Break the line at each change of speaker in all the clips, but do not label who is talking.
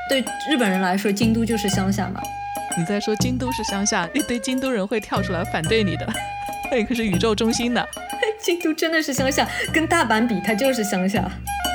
对日本人来说，京都就是乡下嘛。
你在说京都是乡下，一堆京都人会跳出来反对你的，那可是宇宙中心的。
京都真的是乡下，跟大阪比，它就是乡下。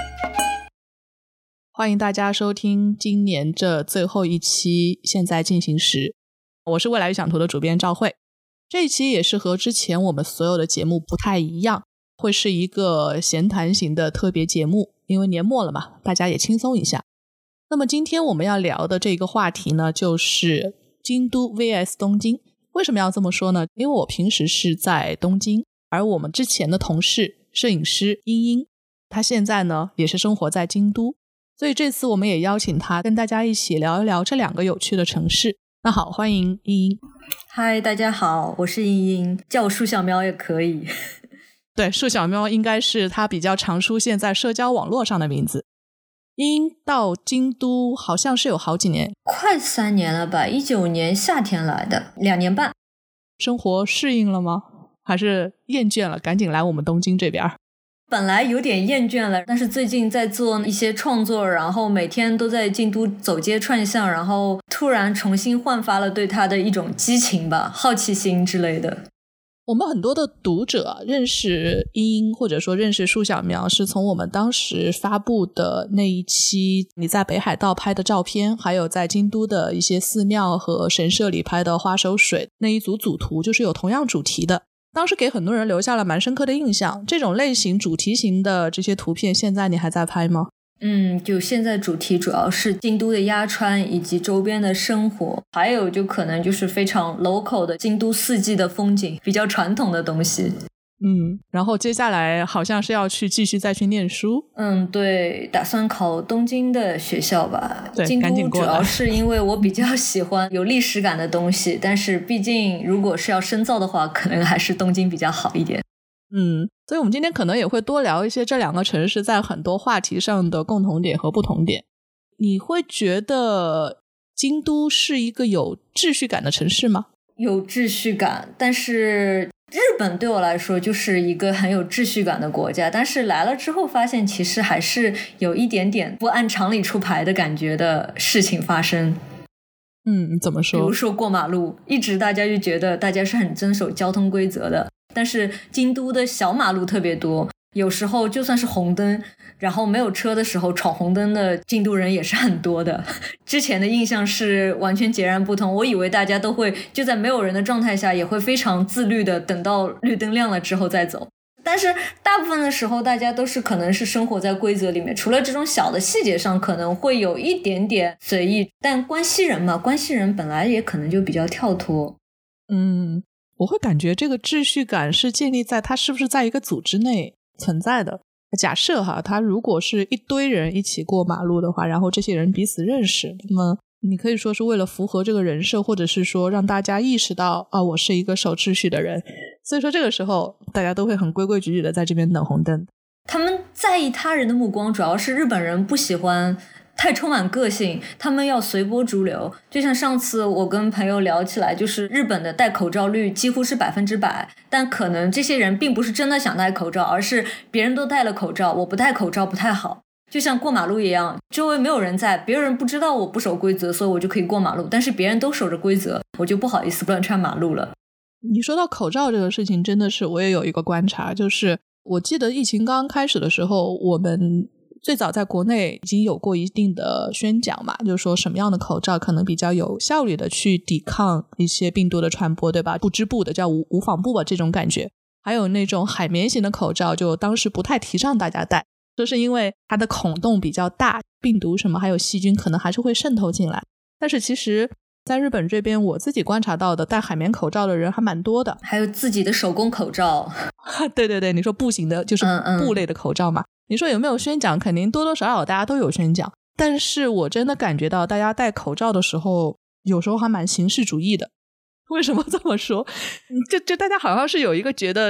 欢迎大家收听今年这最后一期现在进行时，我是未来预想图的主编赵慧。这一期也是和之前我们所有的节目不太一样，会是一个闲谈型的特别节目，因为年末了嘛，大家也轻松一下。那么今天我们要聊的这个话题呢，就是京都 vs 东京。为什么要这么说呢？因为我平时是在东京，而我们之前的同事摄影师茵茵，她现在呢也是生活在京都，所以这次我们也邀请她跟大家一起聊一聊这两个有趣的城市。那好，欢迎茵茵。
嗨，大家好，我是茵茵，叫我树小喵也可以。
对，树小喵应该是她比较常出现在社交网络上的名字。茵茵到京都好像是有好几年，
快3年了吧，19年夏天来的，2年半。
生活适应了吗？还是厌倦了，赶紧来我们东京这边？
本来有点厌倦了，但是最近在做一些创作，然后每天都在京都走街串巷，然后突然重新焕发了对它的一种激情吧，好奇心之类的。
我们很多的读者认识茵茵或者说认识树小苗是从我们当时发布的那一期你在北海道拍的照片，还有在京都的一些寺庙和神社里拍的花手水那一组组图，就是有同样主题的，当时给很多人留下了蛮深刻的印象。这种类型主题型的这些图片现在你还在拍吗？
就现在主题主要是京都的鸭川以及周边的生活，还有就可能就是非常 local 的京都四季的风景，比较传统的东西。
然后接下来好像是要继续再去念书。
对，打算考东京的学校吧。
对，
京
赶紧过来。
都主要是因为我比较喜欢有历史感的东西，但是毕竟如果是要深造的话，可能还是东京比较好一点。
所以我们今天可能也会多聊一些这两个城市在很多话题上的共同点和不同点。你会觉得京都是一个有秩序感的城市吗？
有秩序感，但是日本对我来说就是一个很有秩序感的国家，但是来了之后发现其实还是有一点点不按常理出牌的感觉的事情发生。
怎么说？
比如说过马路，一直大家就觉得大家是很遵守交通规则的，但是京都的小马路特别多，有时候就算是红灯，然后没有车的时候闯红灯的京都人也是很多的。之前的印象是完全截然不同，我以为大家都会就在没有人的状态下也会非常自律的等到绿灯亮了之后再走，但是大部分的时候大家都是可能是生活在规则里面，除了这种小的细节上可能会有一点点随意，但关西人嘛，关西人本来也可能就比较跳脱。
我会感觉这个秩序感是建立在它是不是在一个组织内存在的。假设他如果是一堆人一起过马路的话，然后这些人彼此认识，那么你可以说是为了符合这个人设，或者是说让大家意识到我是一个守秩序的人，所以说这个时候大家都会很规规矩矩的在这边等红灯。
他们在意他人的目光，主要是日本人不喜欢太充满个性，他们要随波逐流。就像上次我跟朋友聊起来，就是日本的戴口罩率几乎是100%，但可能这些人并不是真的想戴口罩，而是别人都戴了口罩，我不戴口罩不太好。就像过马路一样，周围没有人在，别人不知道我不守规则，所以我就可以过马路，但是别人都守着规则，我就不好意思乱穿马路了。
你说到口罩这个事情，真的是我也有一个观察，就是我记得疫情刚刚开始的时候，我们最早在国内已经有过一定的宣讲嘛，就是说什么样的口罩可能比较有效率的去抵抗一些病毒的传播，对吧？不织布的叫无纺布吧，这种感觉。还有那种海绵型的口罩，就当时不太提倡大家戴，就是因为它的孔洞比较大，病毒什么还有细菌可能还是会渗透进来。但是其实在日本这边我自己观察到的戴海绵口罩的人还蛮多的，
还有自己的手工口罩。
对对对，你说布型的就是布类的口罩嘛，你说有没有宣讲，肯定多多少少大家都有宣讲，但是我真的感觉到大家戴口罩的时候有时候还蛮形式主义的。为什么这么说？就大家好像是有一个觉得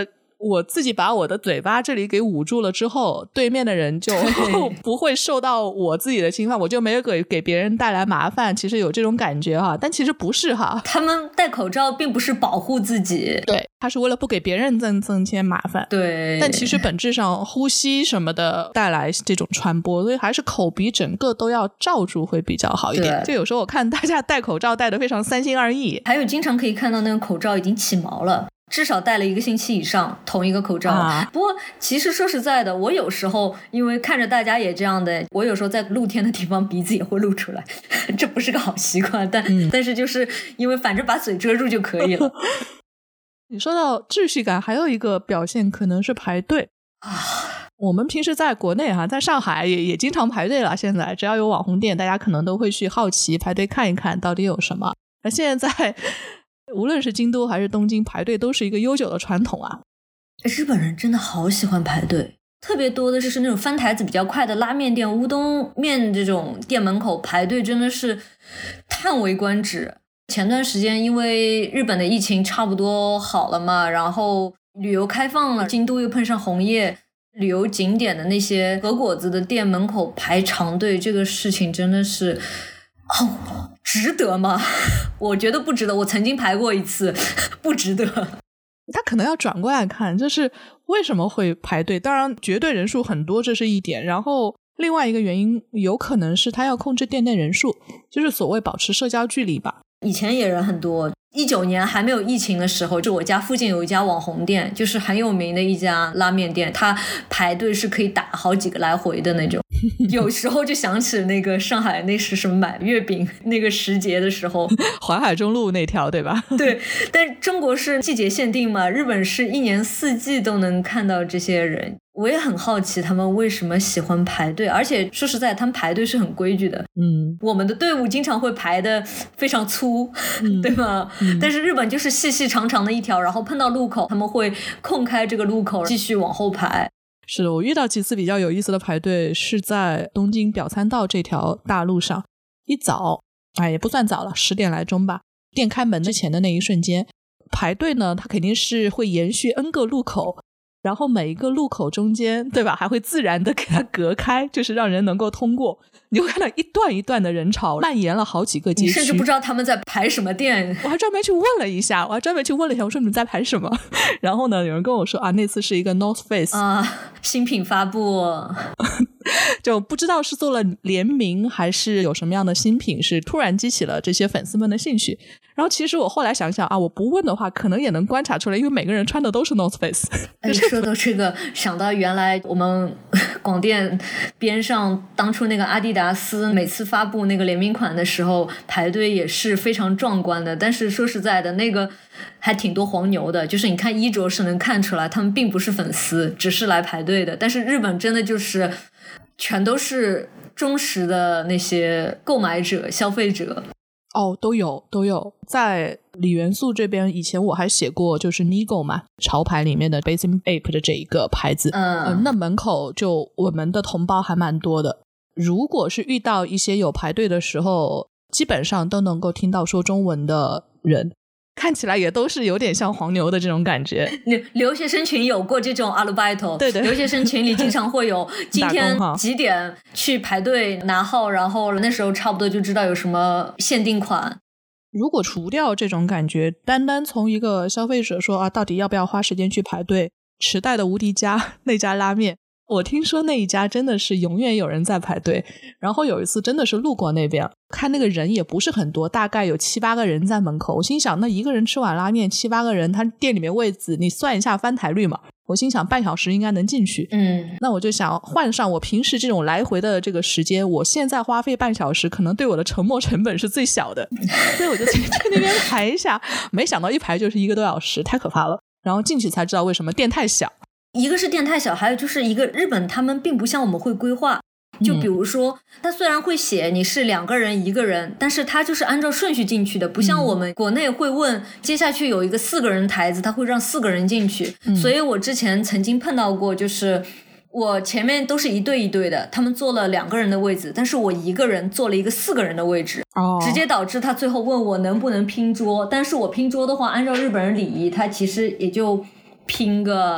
我自己把我的嘴巴这里给捂住了之后，对面的人就不会受到我自己的侵犯，我就没有给别人带来麻烦，其实有这种感觉哈，但其实不是哈。
他们戴口罩并不是保护自己，
对，他是为了不给别人增添麻烦。
对，
但其实本质上呼吸什么的带来这种传播，所以还是口鼻整个都要罩住会比较好一点。就有时候我看大家戴口罩戴得非常三心二意，
还有经常可以看到那个口罩已经起毛了，至少戴了1个星期以上同一个口罩。不过其实说实在的，我有时候因为看着大家也这样的，我有时候在露天的地方鼻子也会露出来，这不是个好习惯，但是就是因为反正把嘴遮住就可以了。
你说到秩序感，还有一个表现可能是排队我们平时在国内在上海也经常排队了，现在只要有网红店，大家可能都会去好奇排队看一看到底有什么。那现在无论是京都还是东京，排队都是一个悠久的传统啊。
日本人真的好喜欢排队，特别多的就是那种翻台子比较快的拉面店、乌冬面这种店门口排队真的是叹为观止。前段时间因为日本的疫情差不多好了嘛，然后旅游开放了，京都又碰上红叶，旅游景点的那些和果子的店门口排长队，这个事情真的是值得吗？我觉得不值得，我曾经排过一次，不值得。
他可能要转过来看，就是为什么会排队，当然绝对人数很多这是一点，然后另外一个原因有可能是他要控制店内人数，就是所谓保持社交距离吧。
以前也人很多，19年还没有疫情的时候，就我家附近有一家网红店，就是很有名的一家拉面店，它排队是可以打好几个来回的那种。有时候就想起那个上海那是什么买月饼那个时节的时候，
淮海中路那条对吧？
对，但中国是季节限定嘛，日本是1年4季都能看到这些人。我也很好奇他们为什么喜欢排队，而且说实在他们排队是很规矩的。我们的队伍经常会排的非常粗，对吗？但是日本就是细细长长的一条，然后碰到路口他们会空开这个路口继续往后排。
是的，我遇到几次比较有意思的排队是在东京表参道这条大路上，一早也不算早了，10点来钟吧，店开门之前的那一瞬间排队呢，它肯定是会延续 N 个路口，然后每一个路口中间对吧还会自然的给它隔开，就是让人能够通过。你会看到一段一段的人潮蔓延了好几个街区，
你甚至不知道他们在排什么店。
我还专门去问了一下，我说你们在排什么，然后呢有人跟我说那次是一个 North Face
新品发布
就不知道是做了联名还是有什么样的新品是突然激起了这些粉丝们的兴趣。然后其实我后来想想我不问的话可能也能观察出来，因为每个人穿的都是 North Face。
说到这个想到原来我们广电边上当初那个阿迪达斯每次发布那个联名款的时候排队也是非常壮观的，但是说实在的那个还挺多黄牛的，就是你看衣着是能看出来他们并不是粉丝，只是来排队的。但是日本真的就是全都是忠实的那些购买者消费者。
都有。在李元素这边以前我还写过就是 Nigo 嘛，潮牌里面的 Bathing Ape 的这一个牌子，那门口就我们的同胞还蛮多的。如果是遇到一些有排队的时候，基本上都能够听到说中文的人，看起来也都是有点像黄牛的这种感觉。
留学生群有过这种アルバイト，对，留学生群里经常会有今天几点去排队拿号，然后那时候差不多就知道有什么限定款。
如果除掉这种感觉，单单从一个消费者说到底要不要花时间去排队，池袋的无敌家那家拉面，我听说那一家真的是永远有人在排队。然后有一次真的是路过那边，看那个人也不是很多，大概有7、8个人在门口。我心想那一个人吃碗拉面7、8个人，他店里面位子你算一下翻台率嘛，我心想半小时应该能进去。那我就想换上我平时这种来回的这个时间，我现在花费半小时可能对我的沉没成本是最小的，所以我就去那边排一下，没想到一排就是1个多小时，太可怕了。然后进去才知道为什么店太小，
一个是店太小，还有就是一个日本他们并不像我们会规划，就比如说他虽然会写你是2个人1个人，但是他就是按照顺序进去的，不像我们国内会问接下去有一个4个人台子，他会让4个人进去。所以我之前曾经碰到过，就是我前面都是一对一对的，他们坐了2个人的位置，但是我一个人坐了一个4个人的位置，直接导致他最后问我能不能拼桌。但是我拼桌的话，按照日本人礼仪，他其实也就拼个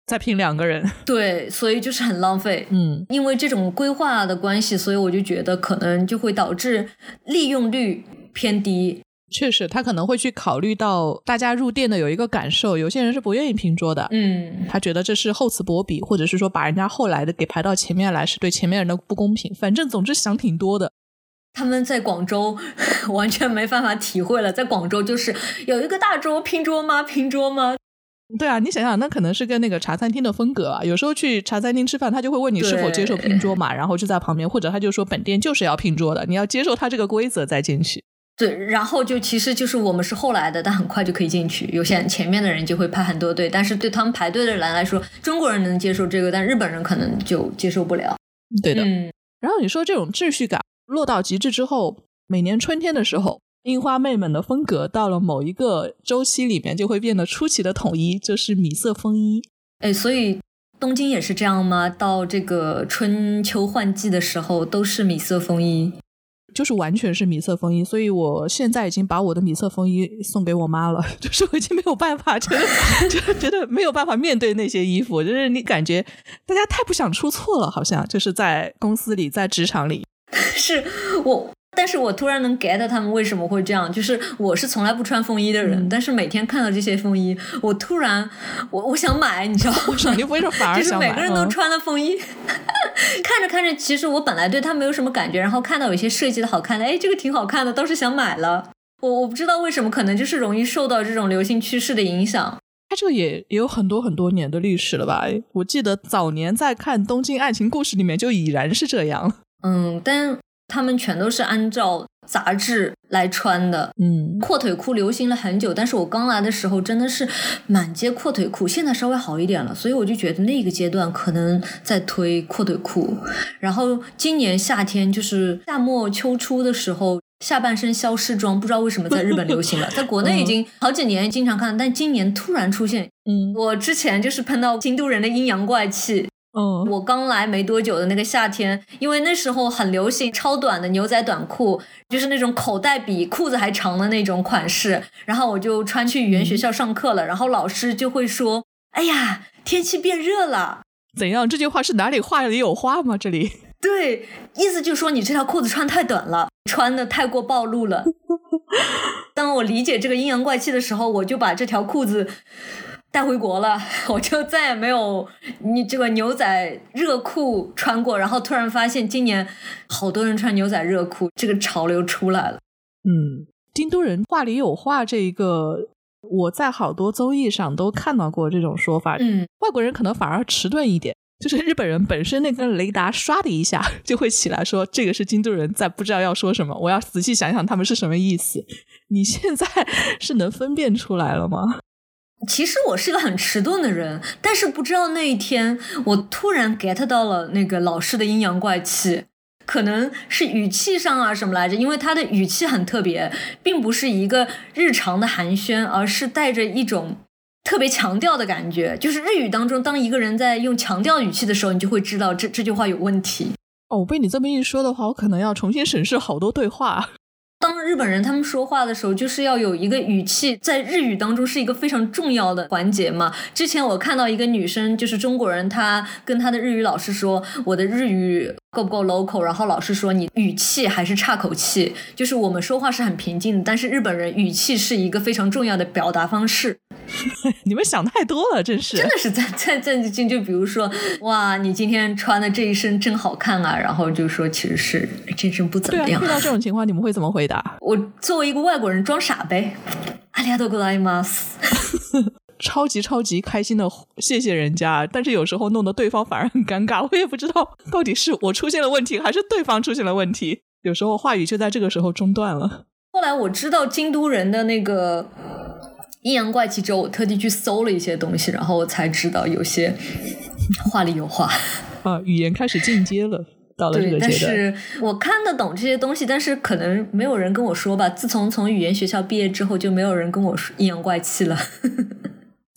再聘2个人。
对，所以就是很浪费。因为这种规划的关系，所以我就觉得可能就会导致利用率偏低。
确实他可能会去考虑到大家入店的有一个感受，有些人是不愿意拼桌的，他觉得这是厚此薄彼，或者是说把人家后来的给排到前面来是对前面人的不公平，反正总之想挺多的。
他们在广州完全没办法体会了，在广州就是有一个大桌拼桌吗？拼桌吗？
对啊，你想想那可能是跟那个茶餐厅的风格啊，有时候去茶餐厅吃饭他就会问你是否接受拼桌嘛，然后就在旁边，或者他就说本店就是要拼桌的，你要接受他这个规则再进去。
对，然后就其实就是我们是后来的，但很快就可以进去。有些前面的人就会排很多队，但是对他们排队的人来说，中国人能接受这个，但日本人可能就接受不了。
对的。然后你说这种秩序感落到极致之后，每年春天的时候，樱花妹们的风格到了某一个周期里面就会变得出奇的统一，就是米色风衣。
所以东京也是这样吗？到这个春秋换季的时候都是米色风衣？
就是完全是米色风衣，所以我现在已经把我的米色风衣送给我妈了，就是我已经没有办法觉得没有办法面对那些衣服，就是你感觉大家太不想出错了，好像就是在公司里在职场里。
但是我突然能 get 他们为什么会这样，就是我是从来不穿风衣的人，但是每天看到这些风衣，我突然我想买，你知道吗？
你为什么反而想买？
就是每个人都穿了风衣，看着看着，其实我本来对他没有什么感觉，然后看到有些设计的好看的，这个挺好看的，倒是想买了。我不知道为什么，可能就是容易受到这种流行趋势的影响。
它这个也有很多很多年的历史了吧？我记得早年在看《东京爱情故事》里面就已然是这样。
但他们全都是按照杂志来穿的。阔腿裤流行了很久，但是我刚来的时候真的是满街阔腿裤，现在稍微好一点了，所以我就觉得那个阶段可能在推阔腿裤。然后今年夏天就是夏末秋初的时候，下半身消失装不知道为什么在日本流行了，在国内已经好几年经常看，但今年突然出现。我之前就是碰到京都人的阴阳怪气。我刚来没多久的那个夏天，因为那时候很流行超短的牛仔短裤，就是那种口袋比裤子还长的那种款式，然后我就穿去语言学校上课了，然后老师就会说，哎呀，天气变热了。
怎样？这句话是哪里话里有话吗？这里
对，意思就是说你这条裤子穿太短了，穿的太过暴露了。当我理解这个阴阳怪气的时候，我就把这条裤子带回国了，我就再也没有你这个牛仔热裤穿过，然后突然发现今年好多人穿牛仔热裤，这个潮流出来了。
京都人话里有话，这一个我在好多综艺上都看到过这种说法。外国人可能反而迟钝一点，就是日本人本身那根雷达刷的一下就会起来说这个是京都人在不知道要说什么，我要仔细想想他们是什么意思。你现在是能分辨出来了吗？
其实我是个很迟钝的人，但是不知道那一天我突然 get 到了那个老师的阴阳怪气，可能是语气上啊什么来着，因为他的语气很特别，并不是一个日常的寒暄，而是带着一种特别强调的感觉，就是日语当中当一个人在用强调语气的时候，你就会知道这句话有问题。
我被你这么一说的话，我可能要重新审视好多对话。
当日本人他们说话的时候，就是要有一个语气，在日语当中是一个非常重要的环节嘛。之前我看到一个女生，就是中国人，她跟她的日语老师说，我的日语够不够 local， 然后老师说你语气还是岔口气，就是我们说话是很平静的，但是日本人语气是一个非常重要的表达方式。
你们想太多了，真是
的是就比如说，哇，你今天穿的这一身真好看啊，然后就说其实是这身不怎么样。
对啊，遇到这种情况你们会怎么回答？
我作为一个外国人装傻呗，ありがとうございます。
超级开心的谢谢人家，但是有时候弄得对方反而很尴尬，我也不知道到底是我出现了问题还是对方出现了问题，有时候话语就在这个时候中断了。
后来我知道京都人的那个阴阳怪气之后，我特地去搜了一些东西，然后我才知道有些话里有话
语言开始进阶了，到了这个阶段。
但是我看得懂这些东西，但是可能没有人跟我说吧，自从语言学校毕业之后就没有人跟我说阴阳怪气了。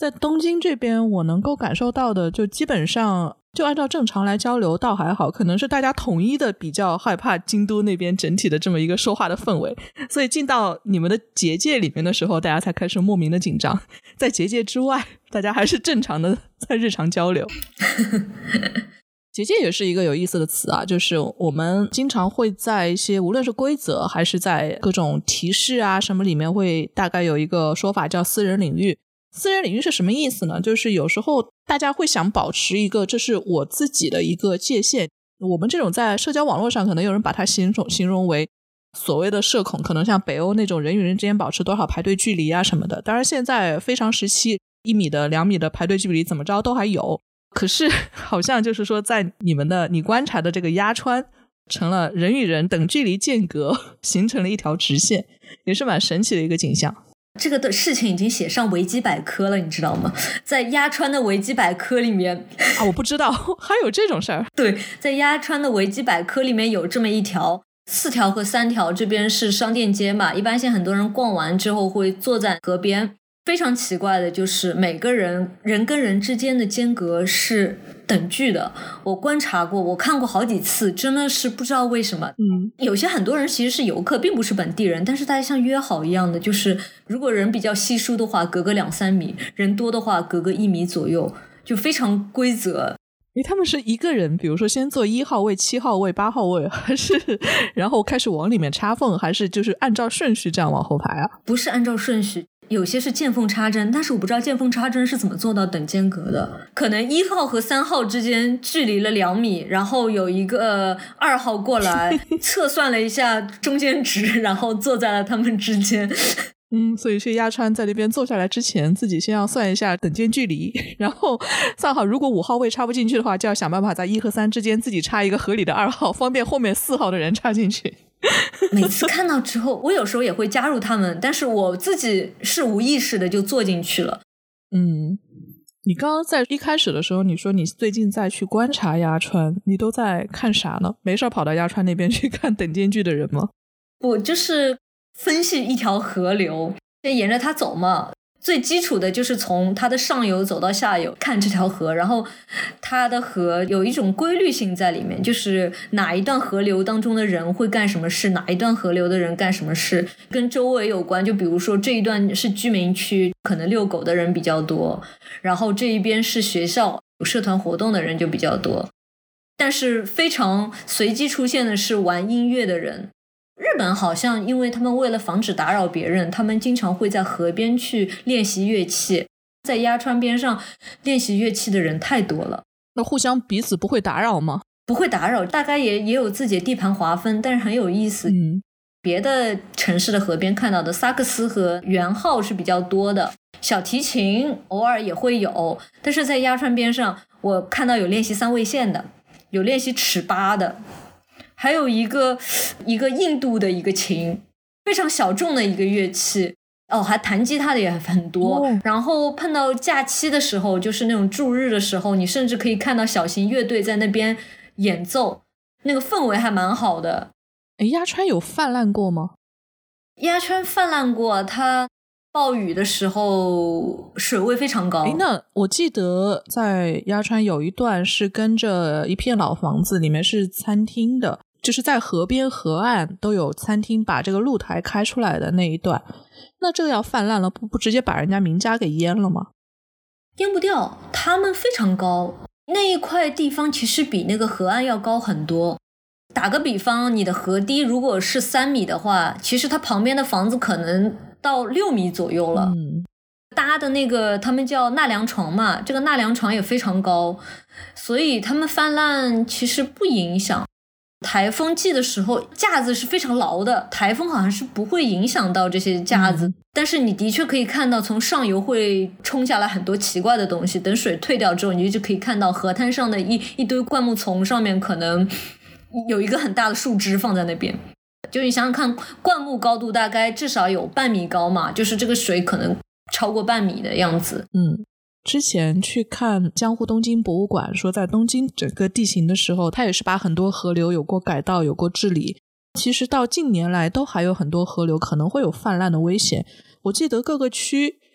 在东京这边我能够感受到的就基本上就按照正常来交流倒还好，可能是大家统一的比较害怕京都那边整体的这么一个说话的氛围，所以进到你们的结界里面的时候大家才开始莫名的紧张，在结界之外大家还是正常的在日常交流。结界也是一个有意思的词啊，就是我们经常会在一些无论是规则还是在各种提示啊什么里面会大概有一个说法叫私人领域。私人领域是什么意思呢？就是有时候大家会想保持一个这是我自己的一个界限，我们这种在社交网络上可能有人把它形容为所谓的社恐，可能像北欧那种人与人之间保持多少排队距离啊什么的，当然现在非常时期1米的2米的排队距离怎么着都还有，可是好像就是说在你观察的这个鸭川成了人与人等距离间隔形成了一条直线，也是蛮神奇的一个景象。
这个的事情已经写上维基百科了，你知道吗？在鸭川的维基百科里面
啊，我不知道还有这种事儿。
对，在鸭川的维基百科里面有这么一条，4条和3条这边是商店街嘛，一般现在很多人逛完之后会坐在河边，非常奇怪的就是每个人跟人之间的间隔是等距的，我观察过，我看过好几次，真的是不知道为什么。有些很多人其实是游客，并不是本地人，但是大家像约好一样的，就是如果人比较稀疏的话隔个2-3米，人多的话隔个1米左右，就非常规则。
他们是一个人比如说先坐1号位、7号位、8号位，还是然后开始往里面插缝，还是就是按照顺序这样往后排啊？
不是按照顺序，有些是见缝插针，但是我不知道见缝插针是怎么做到等间隔的。可能1号和3号之间距离了2米，然后有一个2号过来测算了一下中间值，然后坐在了他们之间。
所以去鸭川在那边坐下来之前自己先要算一下等间距离，然后算好如果5号位插不进去的话，就要想办法在1和3之间自己插一个合理的2号，方便后面4号的人插进去。
每次看到之后我有时候也会加入他们，但是我自己是无意识的就坐进去了。
你刚刚在一开始的时候你说你最近在去观察鸭川，你都在看啥呢？没事跑到鸭川那边去看等间距的人吗？
我就是分析一条河流，沿着它走嘛，最基础的就是从它的上游走到下游看这条河，然后它的河有一种规律性在里面，就是哪一段河流当中的人会干什么事，哪一段河流的人干什么事，跟周围有关。就比如说这一段是居民区，可能遛狗的人比较多，然后这一边是学校有社团活动的人就比较多。但是非常随机出现的是玩音乐的人。日本好像因为他们为了防止打扰别人，他们经常会在河边去练习乐器，在鸭川边上练习乐器的人太多了。
那互相彼此不会打扰吗？
不会打扰，大概也有自己的地盘划分，但是很有意思。别的城市的河边看到的萨克斯和圆号是比较多的，小提琴偶尔也会有，但是在鸭川边上我看到有练习3味线的，有练习尺八的，还有一个印度的一个琴，非常小众的一个乐器还弹吉他的也很多。然后碰到假期的时候，就是那种驻日的时候，你甚至可以看到小型乐队在那边演奏，那个氛围还蛮好的。
鸭川有泛滥过吗？
鸭川泛滥过，它暴雨的时候水位非常高。
那我记得在鸭川有一段是跟着一片老房子，里面是餐厅的，就是在河边河岸都有餐厅把这个露台开出来的那一段。那这个要泛滥了，不直接把人家民家给淹了吗？
淹不掉，他们非常高，那一块地方其实比那个河岸要高很多。打个比方，你的河堤如果是3米的话，其实它旁边的房子可能到6米左右了。搭的那个他们叫纳凉床嘛，这个纳凉床也非常高，所以他们泛滥其实不影响。台风季的时候架子是非常牢的，台风好像是不会影响到这些架子，但是你的确可以看到从上游会冲下来很多奇怪的东西，等水退掉之后你就可以看到河滩上的一堆灌木丛上面可能有一个很大的树枝放在那边。就你想想看，灌木高度大概至少有半米高嘛，就是这个水可能超过半米的样子。
之前去看江户东京博物馆，说在东京整个地形的时候，它也是把很多河流有过改道，有过治理。其实到近年来都还有很多河流可能会有泛滥的危险。我记得各个区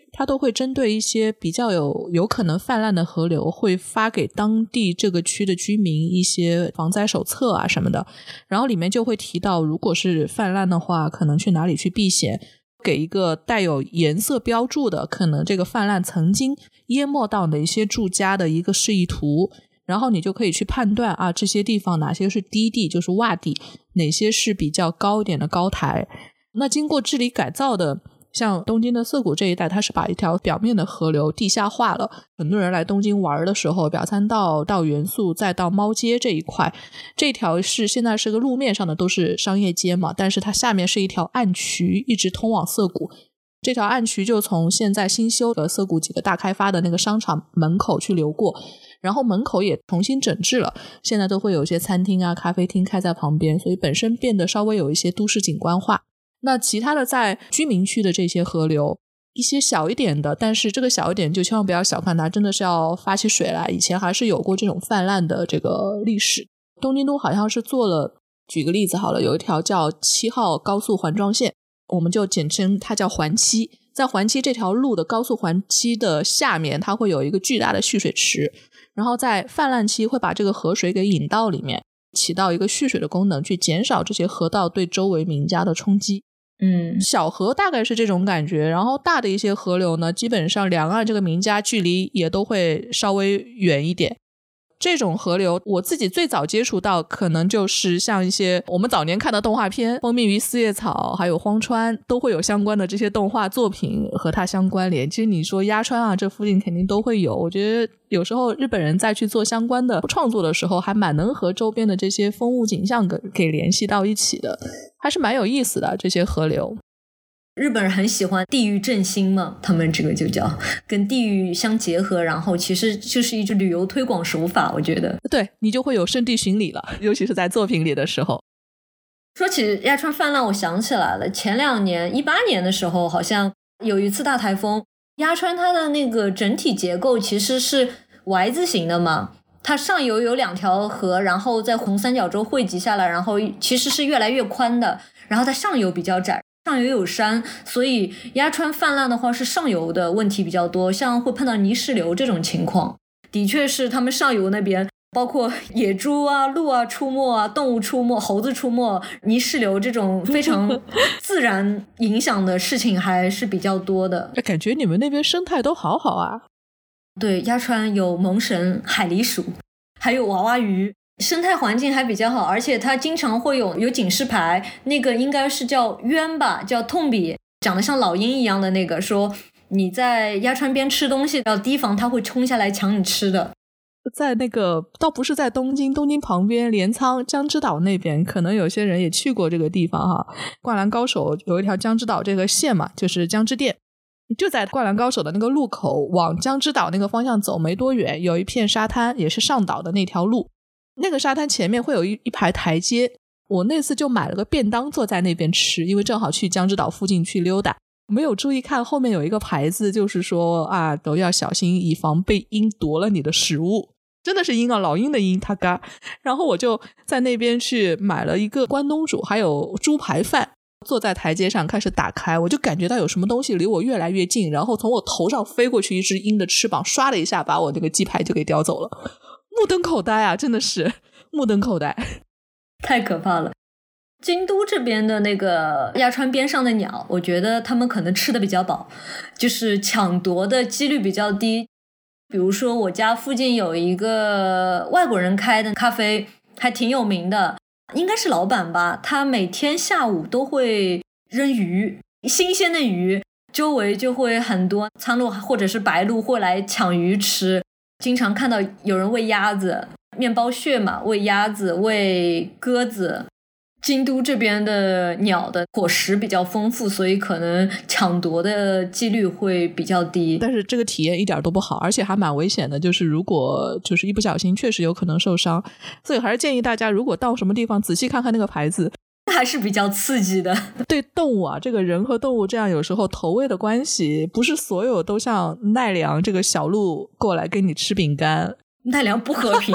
它都会针对一些比较有可能泛滥的河流，会发给当地这个区的居民一些防灾手册啊什么的，然后里面就会提到如果是泛滥的话可能去哪里去避险，给一个带有颜色标注的可能这个泛滥曾经淹没到的一些住家的一个示意图，然后你就可以去判断啊，这些地方哪些是低地就是洼地，哪些是比较高一点的高台。那经过治理改造的像东京的涩谷这一带，它是把一条表面的河流地下化了，很多人来东京玩的时候，表参道到原宿再到猫街这一块，这条现在是个路面上的都是商业街嘛，但是它下面是一条暗渠一直通往涩谷，这条暗渠就从现在新修的涩谷几个大开发的那个商场门口去流过，然后门口也重新整治了，现在都会有一些餐厅啊咖啡厅开在旁边，所以本身变得稍微有一些都市景观化。那其他的在居民区的这些河流，一些小一点的，但是这个小一点就千万不要小看它，真的是要发起水来，以前还是有过这种泛滥的这个历史。东京都好像是做了，举个例子好了，有一条叫7号高速环状线，我们就简称它叫环七，在环七这条路的高速环七的下面，它会有一个巨大的蓄水池，然后在泛滥期会把这个河水给引到里面，起到一个蓄水的功能，去减少这些河道对周围民家的冲击。小河大概是这种感觉，然后大的一些河流呢，基本上两岸这个民家距离也都会稍微远一点。这种河流我自己最早接触到可能就是像一些我们早年看的动画片，蜂蜜与四叶草还有荒川都会有相关的这些动画作品和它相关联。其实你说鸭川啊，这附近肯定都会有，我觉得有时候日本人在去做相关的创作的时候还蛮能和周边的这些风物景象给联系到一起的，还是蛮有意思的这些河流。
日本人很喜欢地域振兴嘛，他们这个就叫跟地域相结合，然后其实就是一种旅游推广手法，我觉得。
对，你就会有圣地巡礼了，尤其是在作品里的时候。
说起鸭川泛滥，我想起来了，前2年18年的时候，好像有一次大台风，鸭川它的那个整体结构其实是 Y 字形的嘛，它上游有2条河，然后在红三角洲汇集下来，然后其实是越来越宽的，然后它上游比较窄，上游有山，所以鸭川泛滥的话是上游的问题比较多，像会碰到泥石流这种情况，的确是他们上游那边包括野猪啊鹿啊出没啊，动物出没，猴子出没，泥石流这种非常自然影响的事情还是比较多的。
感觉你们那边生态都好好啊。
对，鸭川有蒙神、海狸鼠还有娃娃鱼，生态环境还比较好，而且它经常会有警示牌，那个应该是叫鸢吧，叫痛比，长得像老鹰一样的那个，说你在鸭川边吃东西要提防它会冲下来抢你吃的。
在那个倒不是在东京旁边镰仓江之岛那边，可能有些人也去过这个地方哈。灌篮高手有一条江之岛这个线嘛，就是江之电，就在灌篮高手的那个路口往江之岛那个方向走没多远，有一片沙滩，也是上岛的那条路，那个沙滩前面会有一排台阶，我那次就买了个便当坐在那边吃，因为正好去江之岛附近去溜达，没有注意看后面有一个牌子，就是说啊，都要小心以防被鹰夺了你的食物，真的是鹰啊，老鹰的鹰，他嘎。然后我就在那边去买了一个关东煮还有猪排饭，坐在台阶上开始打开，我就感觉到有什么东西离我越来越近，然后从我头上飞过去一只鹰的翅膀，刷了一下把我那个鸡排就给叼走了。目瞪口呆啊，真的是目瞪口呆，
太可怕了。京都这边的那个鸭川边上的鸟，我觉得他们可能吃的比较饱，就是抢夺的几率比较低。比如说我家附近有一个外国人开的咖啡，还挺有名的，应该是老板吧，他每天下午都会扔鱼，新鲜的鱼，周围就会很多苍鹭或者是白鹭会来抢鱼吃，经常看到有人喂鸭子，面包屑嘛，喂鸭子，喂鸽子。京都这边的鸟的果实比较丰富，所以可能抢夺的几率会比较低，
但是这个体验一点都不好，而且还蛮危险的，就是如果就是一不小心确实有可能受伤，所以还是建议大家如果到什么地方仔细看看那个牌子，
还是比较刺激的。
对动物啊，这个人和动物这样有时候投喂的关系，不是所有都像奈良这个小鹿过来跟你吃饼干，
奈良不和平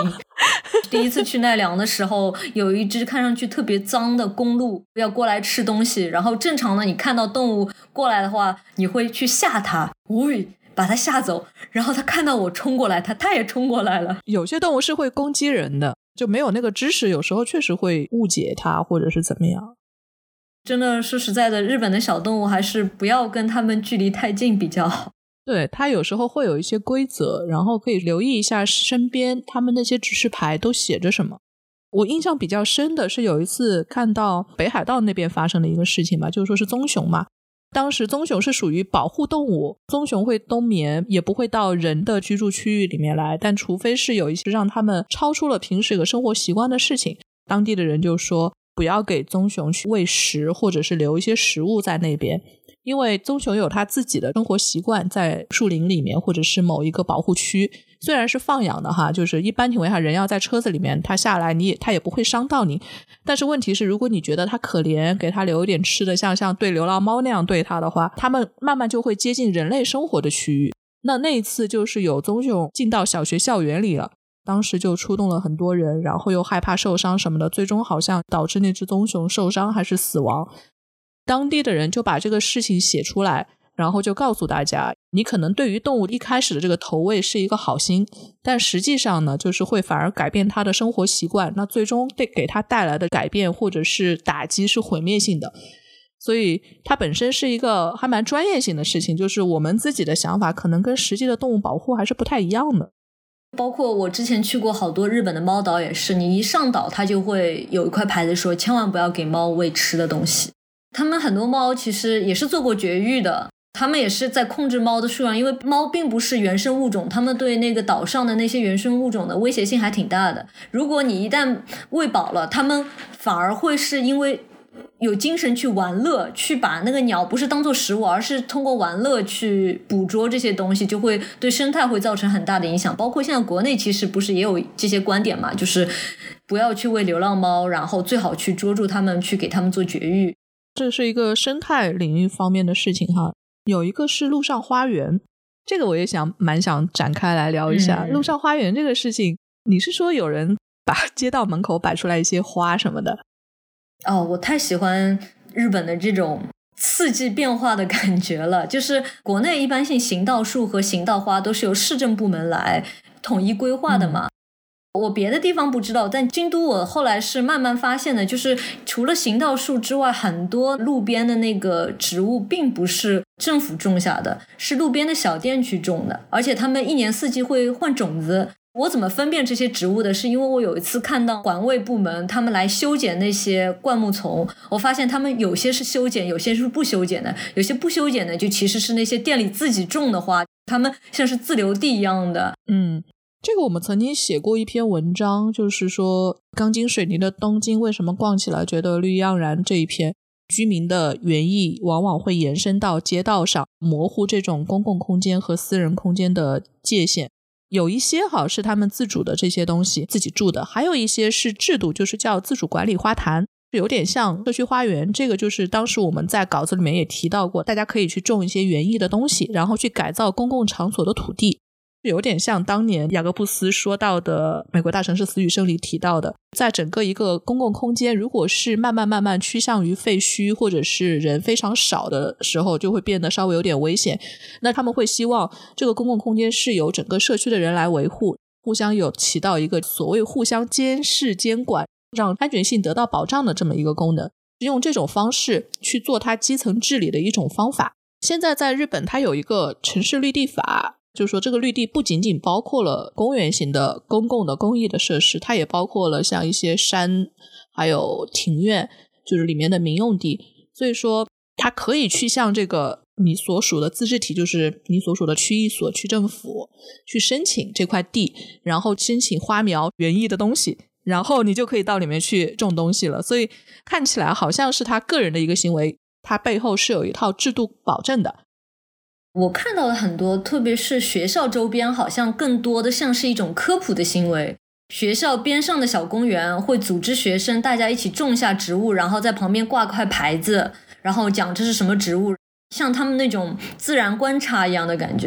第一次去奈良的时候，有一只看上去特别脏的公鹿要过来吃东西，然后正常的你看到动物过来的话，你会去吓它，把它吓走，然后它看到我冲过来，它也冲过来了。
有些动物是会攻击人的，就没有那个知识，有时候确实会误解它或者是怎么样。
真的说实在的，日本的小动物还是不要跟它们距离太近比较好。
对，它有时候会有一些规则，然后可以留意一下身边他们那些指示牌都写着什么。我印象比较深的是有一次看到北海道那边发生的一个事情吧，就是说是棕熊嘛。当时棕熊是属于保护动物，棕熊会冬眠，也不会到人的居住区域里面来，但除非是有一些让他们超出了平时的生活习惯的事情，当地的人就说不要给棕熊去喂食，或者是留一些食物在那边，因为棕熊有它自己的生活习惯，在树林里面或者是某一个保护区，虽然是放养的哈，就是一般情况下人要在车子里面，它下来它也不会伤到你，但是问题是如果你觉得它可怜，给它留一点吃的，像对流浪猫那样对它的话，它们慢慢就会接近人类生活的区域。那一次就是有棕熊进到小学校园里了，当时就出动了很多人，然后又害怕受伤什么的，最终好像导致那只棕熊受伤还是死亡。当地的人就把这个事情写出来，然后就告诉大家，你可能对于动物一开始的这个投喂是一个好心，但实际上呢，就是会反而改变它的生活习惯，那最终给它带来的改变或者是打击是毁灭性的。所以它本身是一个还蛮专业性的事情，就是我们自己的想法可能跟实际的动物保护还是不太一样的。
包括我之前去过好多日本的猫岛也是，你一上岛它就会有一块牌子说千万不要给猫喂吃的东西。他们很多猫其实也是做过绝育的，他们也是在控制猫的数量，因为猫并不是原生物种，他们对那个岛上的那些原生物种的威胁性还挺大的。如果你一旦喂饱了，他们反而会是因为有精神去玩乐，去把那个鸟不是当作食物，而是通过玩乐去捕捉这些东西，就会对生态会造成很大的影响。包括现在国内其实不是也有这些观点嘛，就是不要去喂流浪猫，然后最好去捉住它们，去给它们做绝育。
这是一个生态领域方面的事情哈。有一个是陆上花园，这个我也蛮想展开来聊一下。陆上花园这个事情，你是说有人把街道门口摆出来一些花什么的？
哦，我太喜欢日本的这种四季变化的感觉了。就是国内一般性行道树和行道花都是由市政部门来统一规划的嘛。我别的地方不知道，但京都我后来是慢慢发现的，就是除了行道树之外，很多路边的那个植物并不是政府种下的，是路边的小店去种的，而且他们一年四季会换种子。我怎么分辨这些植物的，是因为我有一次看到环卫部门他们来修剪那些灌木丛，我发现他们有些是修剪，有些是不修剪的，有些不修剪的就其实是那些店里自己种的花，他们像是自留地一样的。
这个我们曾经写过一篇文章，就是说钢筋水泥的东京为什么逛起来觉得绿意盎然，这一篇居民的原意往往会延伸到街道上，模糊这种公共空间和私人空间的界限。有一些是他们自主的这些东西自己住的，还有一些是制度，就是叫自主管理花坛，有点像社区花园。这个就是当时我们在稿子里面也提到过，大家可以去种一些园艺的东西，然后去改造公共场所的土地，有点像当年雅各布斯说到的美国大城市死与生里提到的，在整个一个公共空间如果是慢慢趋向于废墟，或者是人非常少的时候，就会变得稍微有点危险。那他们会希望这个公共空间是由整个社区的人来维护，互相有起到一个所谓互相监视监管，让安全性得到保障的这么一个功能，用这种方式去做它基层治理的一种方法。现在在日本它有一个城市绿地法，就是说这个绿地不仅仅包括了公园型的公共的公益的设施，它也包括了像一些山还有庭院，就是里面的民用地。所以说它可以去向这个你所属的自治体，就是你所属的区域所区政府去申请这块地，然后申请花苗园艺的东西，然后你就可以到里面去种东西了。所以看起来好像是他个人的一个行为，他背后是有一套制度保证的。
我看到了很多，特别是学校周边，好像更多的像是一种科普的行为。学校边上的小公园会组织学生大家一起种下植物，然后在旁边挂块牌子，然后讲这是什么植物，像他们那种自然观察一样的感觉。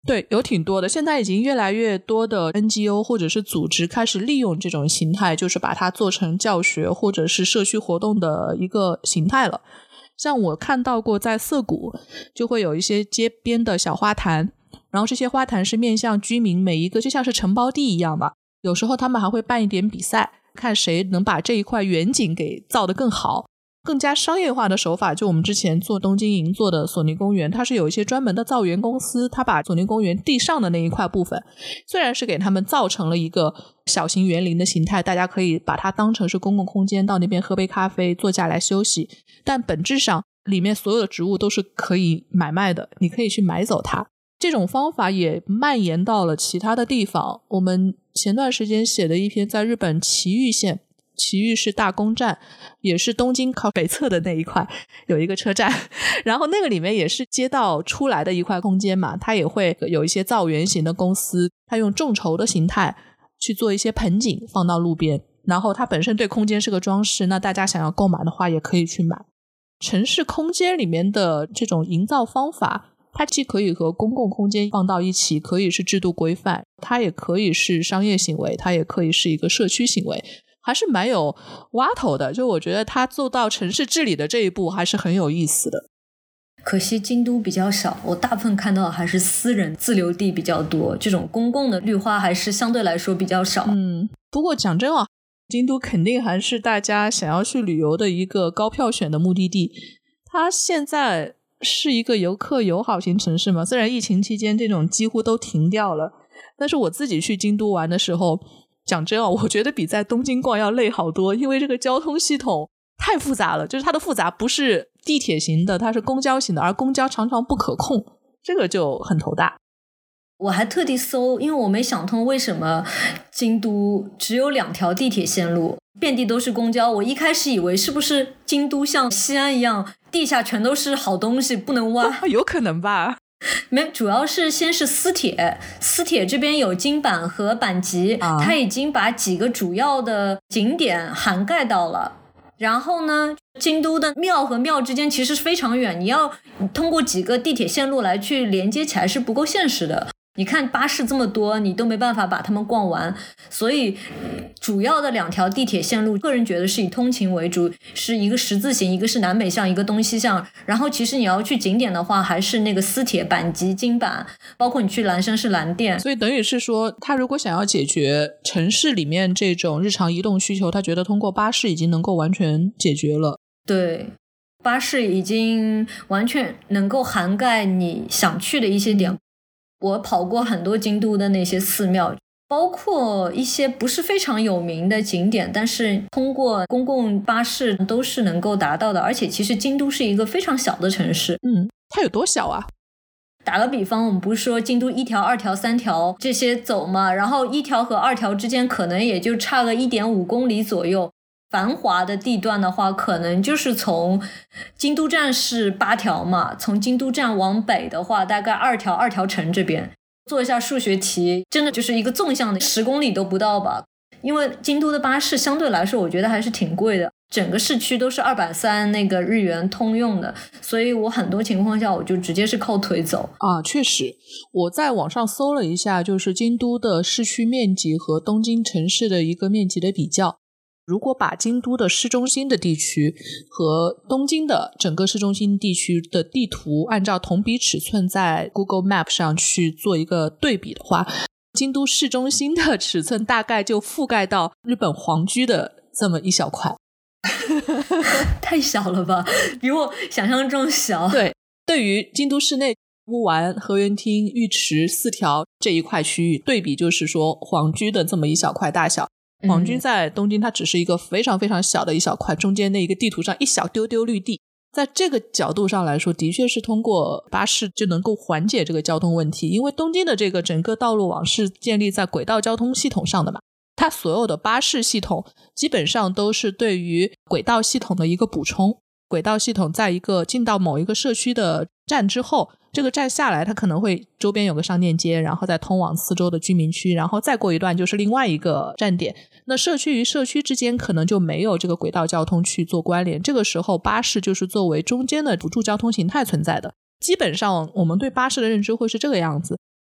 对，有挺多的，现在已经越来越多的 NGO 或者是组织开始利用这种形态，就是把它做成教学或者是社区活动的一个形态了。像我看到过在涩谷就会有一些街边的小花坛，然后这些花坛是面向居民，每一个就像是承包地一样吧，有时候他们还会办一点比赛，看谁能把这一块远景给造得更好。更加商业化的手法，就我们之前做东京银座的索尼公园，它是有一些专门的造园公司，它把索尼公园地上的那一块部分虽然是给他们造成了一个小型园林的形态，大家可以把它当成是公共空间，到那边喝杯咖啡坐下来休息，但本质上里面所有的植物都是可以买卖的，你可以去买走它。这种方法也蔓延到了其他的地方，我们前段时间写的一篇在日本埼玉县，埼玉是大宫站，也是东京靠北侧的那一块有一个车站，然后那个里面也是街道出来的一块空间嘛，它也会有一些造园型的公司，它用众筹的形态去做一些盆景放到路边，然后它本身对空间是个装饰，那大家想要购买的话也可以去买。城市空间里面的这种营造方法，它既可以和公共空间放到一起，可以是制度规范，它也可以是商业行为，它也可以是一个社区行为，还是蛮有挖头的，就我觉得它做到城市治理的这一步还是很有意思的。
可惜京都比较少，我大部分看到还是私人自留地比较多，这种公共的绿化还是相对来说比较少。
不过讲真啊，京都肯定还是大家想要去旅游的一个高票选的目的地。它现在是一个游客友好型城市嘛，虽然疫情期间这种几乎都停掉了，但是我自己去京都玩的时候，讲真啊，我觉得比在东京逛要累好多，因为这个交通系统太复杂了，就是它的复杂不是地铁型的，它是公交型的，而公交常常不可控，这个就很头大。
我还特地搜，因为我没想通为什么京都只有2条地铁线路，遍地都是公交。我一开始以为是不是京都像西安一样，地下全都是好东西不能挖。
有可能吧。
没，主要是先是私铁这边有京阪和阪急，它已经把几个主要的景点涵盖到了。然后呢，京都的庙和庙之间其实是非常远，你要通过几个地铁线路来去连接起来是不够现实的。你看巴士这么多，你都没办法把它们逛完，所以主要的2条地铁线路个人觉得是以通勤为主，是一个十字形，一个是南北向，一个东西向。然后其实你要去景点的话，还是那个私铁阪急京阪，包括你去岚山是岚电。
所以等于是说，他如果想要解决城市里面这种日常移动需求，他觉得通过巴士已经能够完全解决了。
对，巴士已经完全能够涵盖你想去的一些点。我跑过很多京都的那些寺庙，包括一些不是非常有名的景点，但是通过公共巴士都是能够达到的。而且其实京都是一个非常小的城市。
它有多小啊？
打个比方，我们不是说京都1条、2条、3条这些走嘛，然后1条和2条之间可能也就差个 1.5 公里左右。繁华的地段的话，可能就是从京都站是8条嘛，从京都站往北的话大概2条2条城这边。做一下数学题，真的就是一个纵向的10公里都不到吧。因为京都的巴士相对来说我觉得还是挺贵的，整个市区都是230那个日元通用的，所以我很多情况下我就直接是靠腿走
啊。确实，我在网上搜了一下，就是京都的市区面积和东京城市的一个面积的比较。如果把京都的市中心的地区和东京的整个市中心地区的地图按照同比尺寸在 Google Map 上去做一个对比的话，京都市中心的尺寸大概就覆盖到日本皇居的这么一小块。
太小了吧，比我想象中小。
对，对于京都市内乌丸、河原町、玉池4条这一块区域对比，就是说皇居的这么一小块大小。皇居在东京它只是一个非常非常小的一小块，中间那一个地图上一小丢丢绿地。在这个角度上来说，的确是通过巴士就能够缓解这个交通问题，因为东京的这个整个道路网是建立在轨道交通系统上的嘛，它所有的巴士系统基本上都是对于轨道系统的一个补充。轨道系统在一个进到某一个社区的站之后，这个站下来它可能会周边有个商店街，然后再通往四周的居民区，然后再过一段就是另外一个站点。那社区与社区之间可能就没有这个轨道交通去做关联，这个时候巴士就是作为中间的辅助交通形态存在的。基本上我们对巴士的认知会是这个样子。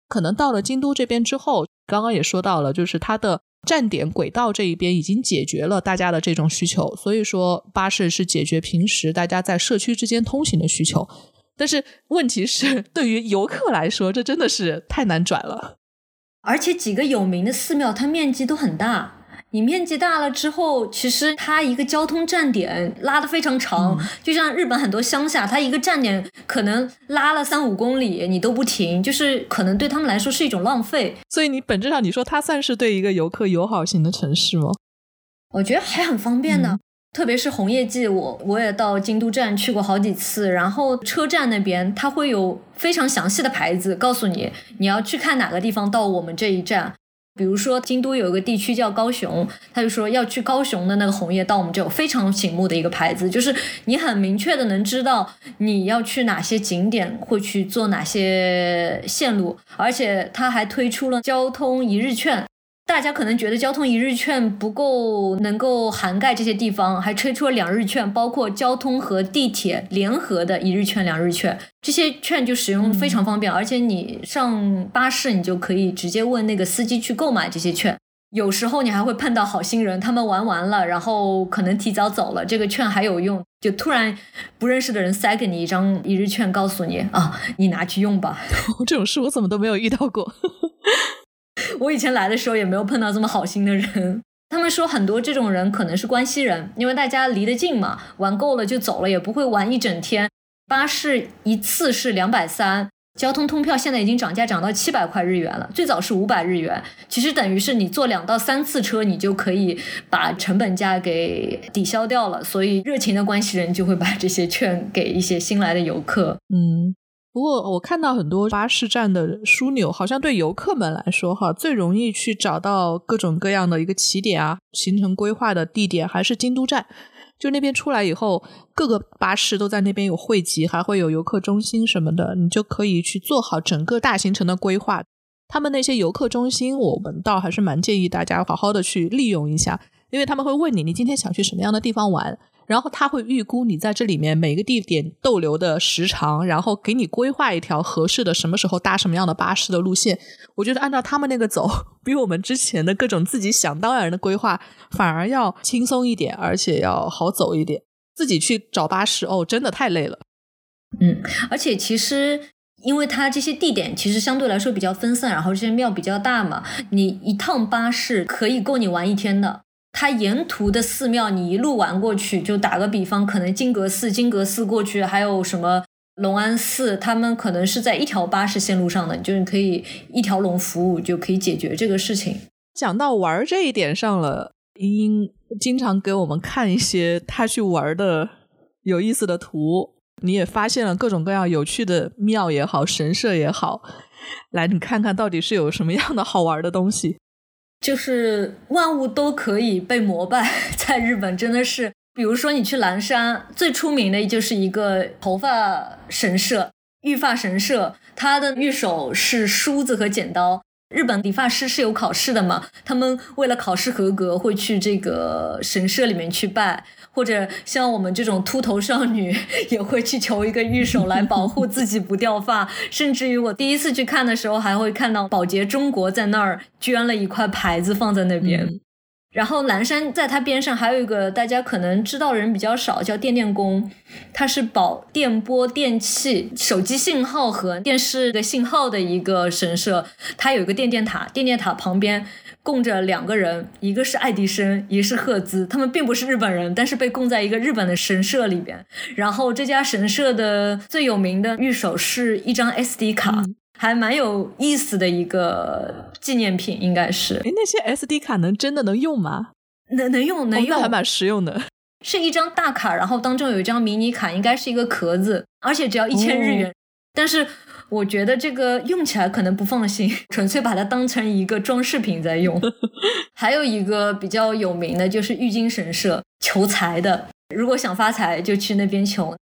可能到了京都这边之后，刚刚也说到了，就是它的站点轨道这一边已经解决了大家的这种需求，所以说巴士是解决平时大家在社区之间通行的需求。但是问题是对于游客来说这真的是太难转了，
而且几个有名的寺庙它面积都很大，你面积大了之后，其实它一个交通站点拉得非常长，就像日本很多乡下，它一个站点可能拉了3-5公里你都不停，就是可能对他们来说是一种浪费。
所以你本质上你说它算是对一个游客友好型的城市吗？
我觉得还很方便的，特别是红叶季，我也到京都站去过好几次，然后车站那边它会有非常详细的牌子告诉你你要去看哪个地方到我们这一站。比如说京都有一个地区叫高雄，他就说要去高雄的那个红叶到我们这有非常醒目的一个牌子，就是你很明确的能知道你要去哪些景点，会去做哪些线路，而且他还推出了交通一日券。大家可能觉得交通一日券不够能够涵盖这些地方，还推出了2日券，包括交通和地铁联合的1日券、2日券，这些券就使用非常方便，而且你上巴士你就可以直接问那个司机去购买这些券。有时候你还会碰到好心人，他们玩完了然后可能提早走了，这个券还有用，就突然不认识的人塞给你一张1日券，告诉你啊，你拿去用吧。
这种事我怎么都没有遇到过。
我以前来的时候也没有碰到这么好心的人。他们说很多这种人可能是关西人，因为大家离得近嘛，玩够了就走了，也不会玩一整天。巴士一次是230，交通通票现在已经涨价涨到700块日元了，最早是500日元，其实等于是你坐2到3次车你就可以把成本价给抵消掉了，所以热情的关西人就会把这些券给一些新来的游客。
不过我看到很多巴士站的枢纽，好像对游客们来说最容易去找到各种各样的一个起点啊，行程规划的地点还是京都站。就那边出来以后，各个巴士都在那边有汇集，还会有游客中心什么的，你就可以去做好整个大行程的规划。他们那些游客中心我们倒还是蛮建议大家好好的去利用一下，因为他们会问你今天想去什么样的地方玩，然后他会预估你在这里面每个地点逗留的时长，然后给你规划一条合适的什么时候搭什么样的巴士的路线。我觉得按照他们那个走，比我们之前的各种自己想当然的规划反而要轻松一点，而且要好走一点。自己去找巴士真的太累了。
而且其实因为它这些地点其实相对来说比较分散，然后这些庙比较大嘛，你一趟巴士可以够你玩一天的。它沿途的寺庙你一路玩过去，就打个比方，可能金阁寺过去，还有什么龙安寺，他们可能是在一条巴士线路上的，就是可以一条龙服务就可以解决这个事情。
讲到玩这一点上了，茵茵经常给我们看一些她去玩的有意思的图，你也发现了各种各样有趣的庙也好，神社也好，来你看看到底是有什么样的好玩的东西。
就是万物都可以被膜拜，在日本真的是，比如说你去岚山，最出名的就是一个头发神社，玉发神社，它的御守是梳子和剪刀。日本理发师是有考试的嘛，他们为了考试合格会去这个神社里面去拜，或者像我们这种秃头少女也会去求一个御守来保护自己不掉发。甚至于我第一次去看的时候还会看到保洁中国在那儿捐了一块牌子放在那边。然后岚山在它边上还有一个大家可能知道的人比较少，叫电电宫，它是保电波电器手机信号和电视的信号的一个神社。它有一个电电塔，电电塔旁边供着2个人，一个是爱迪生，一个是赫兹，他们并不是日本人，但是被供在一个日本的神社里边。然后这家神社的最有名的御守是一张 SD 卡，还蛮有意思的一个纪念品，应该是。
那些 SD 卡真的能用吗？
能用，
那还蛮实用的。
是一张大卡，然后当中有一张迷你卡，应该是一个壳子，而且只要1000日元。但是我觉得这个用起来可能不放心，纯粹把它当成一个装饰品在用。还有一个比较有名的就是玉京神社，求财的，如果想发财就去那边求。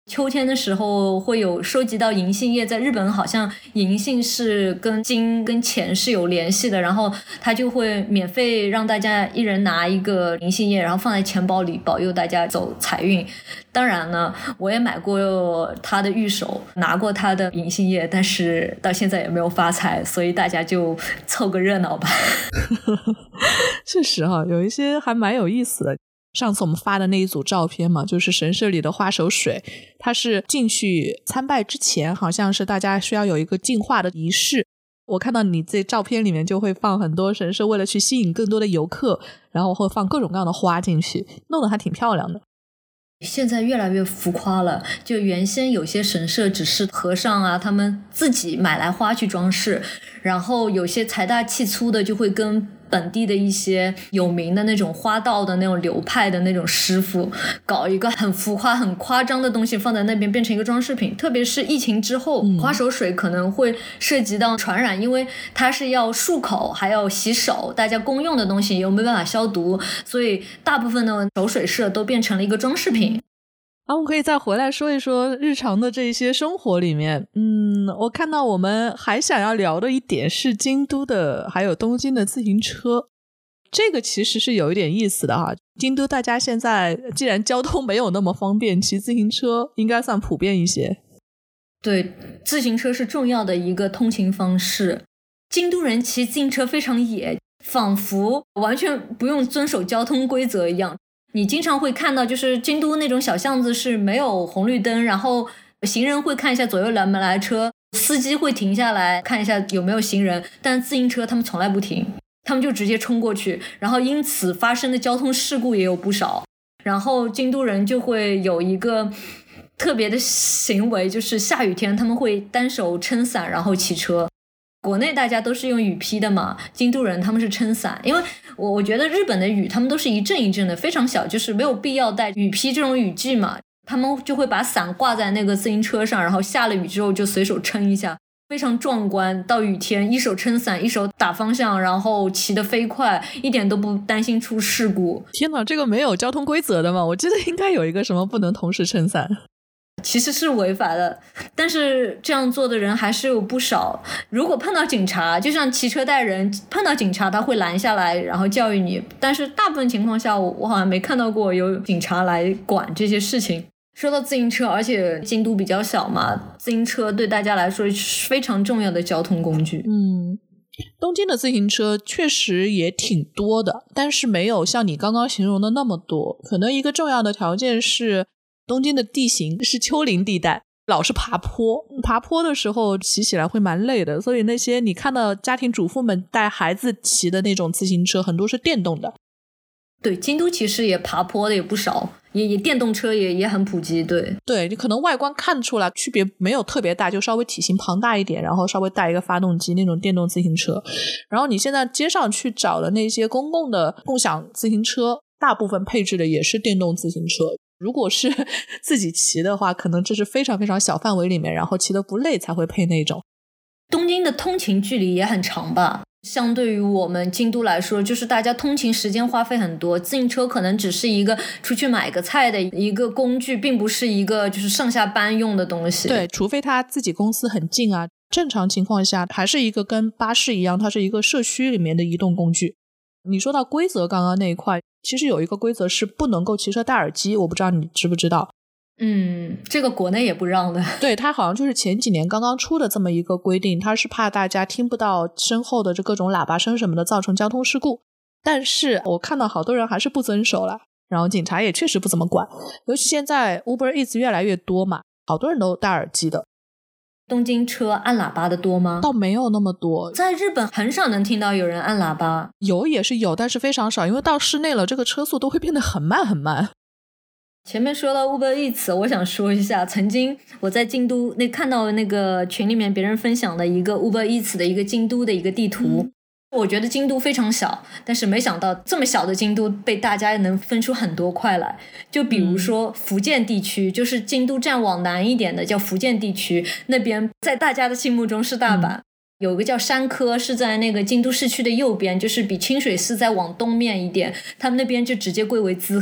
秋天的时候会有收集到银杏叶，在日本好像银杏是跟金跟钱是有联系的，然后他就会免费让大家一人拿一个银杏叶，然后放在钱包里保佑大家走财运。当然呢，我也买过他的玉手，拿过他的银杏叶，但是到现在也没有发财，所以大家就凑个热闹吧。
确实哈，有一些还蛮有意思的。上次我们发的那一组照片嘛，就是神社里的花手水，它是进去参拜之前好像是大家需要有一个净化的仪式。我看到你这照片里面就会放很多神社为了去吸引更多的游客，然后会放各种各样的花进去，弄得还挺漂亮的。
现在越来越浮夸了，就原先有些神社只是和尚啊他们自己买来花去装饰，然后有些财大气粗的就会跟本地的一些有名的那种花道的那种流派的那种师傅搞一个很浮夸很夸张的东西放在那边变成一个装饰品。特别是疫情之后，花手水可能会涉及到传染，因为它是要漱口还要洗手，大家公用的东西又没办法消毒，所以大部分的手水社都变成了一个装饰品。
我们可以再回来说一说日常的这些生活里面。我看到我们还想要聊的一点是京都的还有东京的自行车，这个其实是有一点意思的哈。京都大家现在既然交通没有那么方便，骑自行车应该算普遍一些。
对，自行车是重要的一个通勤方式。京都人骑自行车非常野，仿佛完全不用遵守交通规则一样。你经常会看到就是京都那种小巷子是没有红绿灯，然后行人会看一下左右来没来车，司机会停下来看一下有没有行人，但自行车他们从来不停，他们就直接冲过去，然后因此发生的交通事故也有不少。然后京都人就会有一个特别的行为，就是下雨天他们会单手撑伞然后骑车。国内大家都是用雨披的嘛，京都人他们是撑伞，因为我觉得日本的雨他们都是一阵一阵的，非常小，就是没有必要带雨披这种雨具嘛，他们就会把伞挂在那个自行车上，然后下了雨之后就随手撑一下，非常壮观。到雨天一手撑伞一手打方向，然后骑得飞快，一点都不担心出事故。
天哪，这个没有交通规则的吗？我记得应该有一个什么不能同时撑伞。
其实是违法的，但是这样做的人还是有不少。如果碰到警察，就像骑车带人，碰到警察他会拦下来然后教育你，但是大部分情况下我好像没看到过有警察来管这些事情。说到自行车，而且京都比较小嘛，自行车对大家来说是非常重要的交通工具。
东京的自行车确实也挺多的，但是没有像你刚刚形容的那么多。可能一个重要的条件是东京的地形是丘陵地带，老是爬坡的时候骑起来会蛮累的，所以那些你看到家庭主妇们带孩子骑的那种自行车很多是电动的。
对，京都其实也爬坡的也不少，也电动车也很普及。对，
你可能外观看出来区别没有特别大，就稍微体型庞大一点，然后稍微带一个发动机那种电动自行车。然后你现在街上去找的那些公共的共享自行车，大部分配置的也是电动自行车。如果是自己骑的话，可能这是非常非常小范围里面，然后骑得不累才会配那种。
东京的通勤距离也很长吧，相对于我们京都来说，就是大家通勤时间花费很多，自行车可能只是一个出去买个菜的一个工具，并不是一个就是上下班用的东西。
对，除非他自己公司很近啊，正常情况下还是一个跟巴士一样，它是一个社区里面的移动工具。你说到规则刚刚那一块，其实有一个规则是不能够骑车戴耳机，我不知道你知不知道。
这个国内也不让的。
对，它好像就是前几年刚刚出的这么一个规定，它是怕大家听不到身后的这各种喇叭声什么的造成交通事故，但是我看到好多人还是不遵守了，然后警察也确实不怎么管。尤其现在 Uber Eats 越来越多嘛，好多人都戴耳机的。
东京车按喇叭的多吗？
倒没有那么多，
在日本很少能听到有人按喇叭。
有也是有，但是非常少，因为到室内了这个车速都会变得很慢很慢。
前面说到 Uber Eats， 我想说一下，曾经我在京都看到那个群里面别人分享的一个 Uber Eats 的一个京都的一个地图。我觉得京都非常小，但是没想到这么小的京都被大家能分出很多块来。就比如说福建地区，就是京都站往南一点的叫福建地区，那边在大家的心目中是大阪。有一个叫山科，是在那个京都市区的右边，就是比清水寺再往东面一点，他们那边就直接归为滋贺。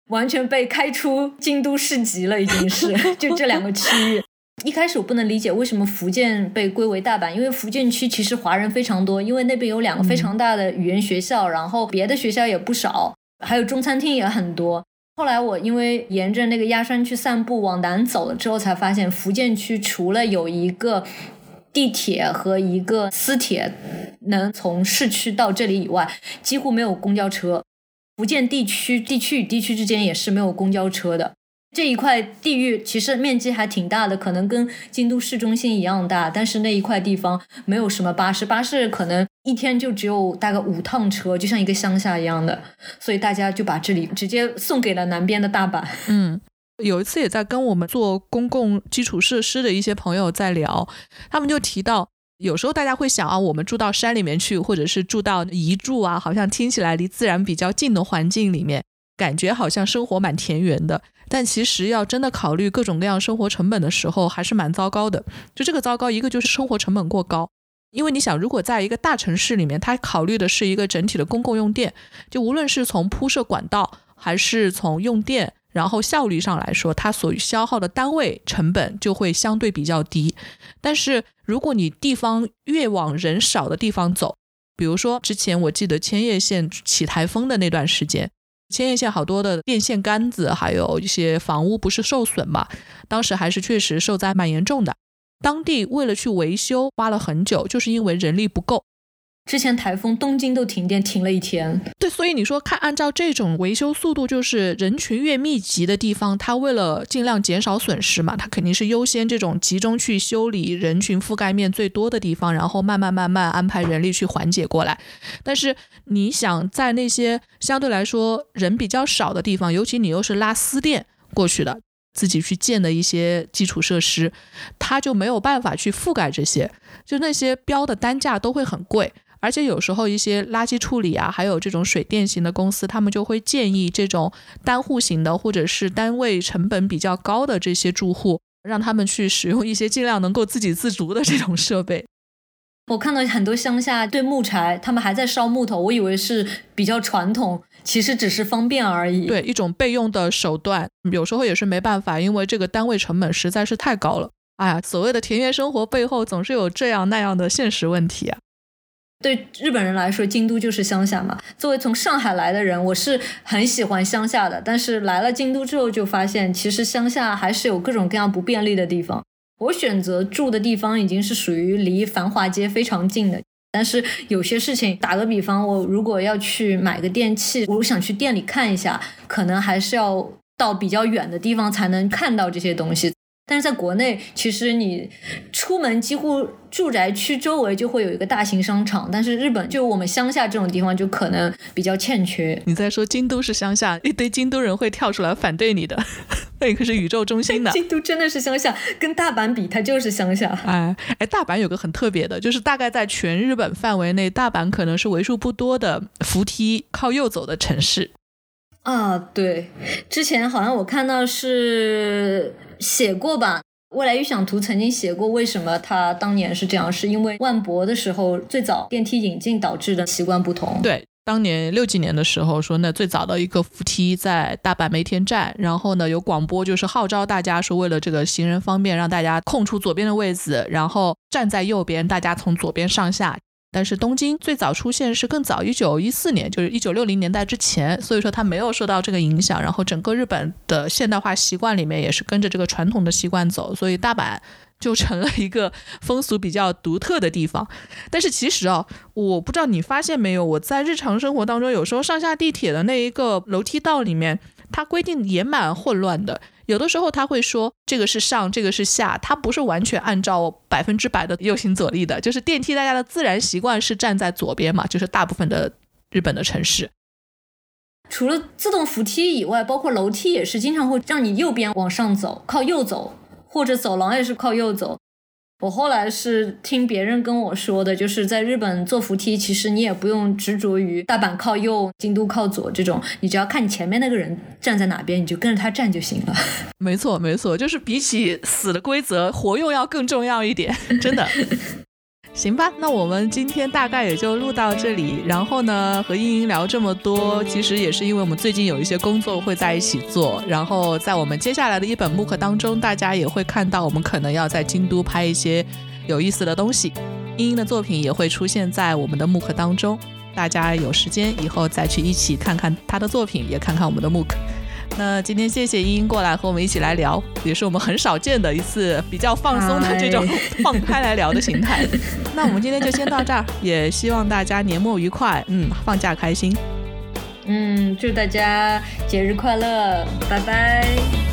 完全被开出京都市级了，已经是就这2个区域。一开始我不能理解为什么福建被归为大阪，因为福建区其实华人非常多，因为那边有2个非常大的语言学校，然后别的学校也不少，还有中餐厅也很多。后来我因为沿着那个鸭川区散步往南走了之后，才发现福建区除了有一个地铁和一个私铁能从市区到这里以外，几乎没有公交车。福建地区与地区之间也是没有公交车的。这一块地域其实面积还挺大的，可能跟京都市中心一样大，但是那一块地方没有什么巴士可能一天就只有大概5趟车，就像一个乡下一样的，所以大家就把这里直接送给了南边的大阪。
有一次也在跟我们做公共基础设施的一些朋友在聊，他们就提到有时候大家会想我们住到山里面去，或者是住到宜住啊，好像听起来离自然比较近的环境里面，感觉好像生活蛮田园的，但其实要真的考虑各种各样生活成本的时候还是蛮糟糕的。就这个糟糕，一个就是生活成本过高，因为你想如果在一个大城市里面，它考虑的是一个整体的公共用电，就无论是从铺设管道还是从用电然后效率上来说，它所消耗的单位成本就会相对比较低。但是如果你地方越往人少的地方走，比如说之前我记得千叶县起台风的那段时间，千叶县好多的电线杆子还有一些房屋不是受损嘛，当时还是确实受灾蛮严重的，当地为了去维修花了很久，就是因为人力不够。
之前台风东京都停电停了1天。
对，所以你说看按照这种维修速度，就是人群越密集的地方，它为了尽量减少损失嘛，它肯定是优先这种集中去修理人群覆盖面最多的地方，然后慢慢安排人力去缓解过来。但是你想在那些相对来说人比较少的地方，尤其你又是拉私电过去的，自己去建的一些基础设施，它就没有办法去覆盖这些，就那些标的单价都会很贵。而且有时候一些垃圾处理啊，还有这种水电型的公司，他们就会建议这种单户型的或者是单位成本比较高的这些住户，让他们去使用一些尽量能够自给自足的这种设备。
我看到很多乡下对木柴他们还在烧木头，我以为是比较传统，其实只是方便而已。
对，一种备用的手段，有时候也是没办法，因为这个单位成本实在是太高了。哎呀，所谓的田园生活背后总是有这样那样的现实问题啊。
对日本人来说，京都就是乡下嘛。作为从上海来的人，我是很喜欢乡下的，但是来了京都之后就发现，其实乡下还是有各种各样不便利的地方。我选择住的地方已经是属于离繁华街非常近的，但是有些事情，打个比方，我如果要去买个电器，我想去店里看一下，可能还是要到比较远的地方才能看到这些东西。但是在国内，其实你出门几乎住宅区周围就会有一个大型商场，但是日本就我们乡下这种地方就可能比较欠缺。
你在说京都是乡下，一堆京都人会跳出来反对你的，那个是宇宙中心的。
京都真的是乡下，跟大阪比它就是乡下。
大阪有个很特别的，就是大概在全日本范围内，大阪可能是为数不多的扶梯靠右走的城市。
啊，对，之前好像我看到是写过吧，未来预想图曾经写过为什么他当年是这样，是因为万博的时候最早电梯引进导致的习惯不同。
对，当年60几年的时候说呢，最早的一个扶梯在大阪梅田站，然后呢有广播就是号召大家说为了这个行人方便，让大家空出左边的位子，然后站在右边，大家从左边上下。但是东京最早出现是更早，1914年，就是1960年代之前，所以说它没有受到这个影响，然后整个日本的现代化习惯里面也是跟着这个传统的习惯走，所以大阪就成了一个风俗比较独特的地方。但是其实我不知道你发现没有，我在日常生活当中有时候上下地铁的那一个楼梯道里面，它规定也蛮混乱的。有的时候他会说这个是上这个是下，它不是完全按照100%的右行左力的，就是电梯大家的自然习惯是站在左边嘛，就是大部分的日本的城市。
除了自动扶梯以外，包括楼梯也是经常会让你右边往上走，靠右走，或者走廊也是靠右走。我后来是听别人跟我说的，就是在日本坐扶梯其实你也不用执着于大阪靠右京都靠左这种，你只要看你前面那个人站在哪边，你就跟着他站就行了。
没错没错，就是比起死的规则，活用要更重要一点，真的。 行吧，那我们今天大概也就录到这里。然后呢，和茵茵聊这么多，其实也是因为我们最近有一些工作会在一起做，然后在我们接下来的一本MOOC当中，大家也会看到我们可能要在京都拍一些有意思的东西，茵茵的作品也会出现在我们的MOOC当中，大家有时间以后再去一起看看她的作品，也看看我们的MOOC。那今天谢谢茵茵过来和我们一起来聊，也是我们很少见的一次比较放松的这种放开来聊的形态。那我们今天就先到这儿，也希望大家年末愉快，放假开心。
祝大家节日快乐，拜拜。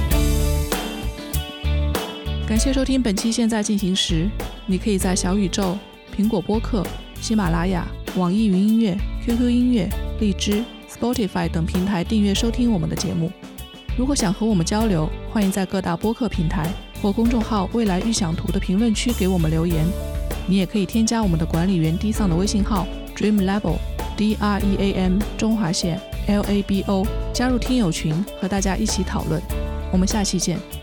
感谢收听本期现在进行时，你可以在小宇宙、苹果播客、喜马拉雅、网易云音乐、QQ 音乐、荔枝、Spotify 等平台订阅收听我们的节目。如果想和我们交流，欢迎在各大播客平台或公众号未来预想图的评论区给我们留言。你也可以添加我们的管理员 D 桑的微信号 dreamlabo DREAM 中华线 LABO， 加入听友群和大家一起讨论。我们下期见。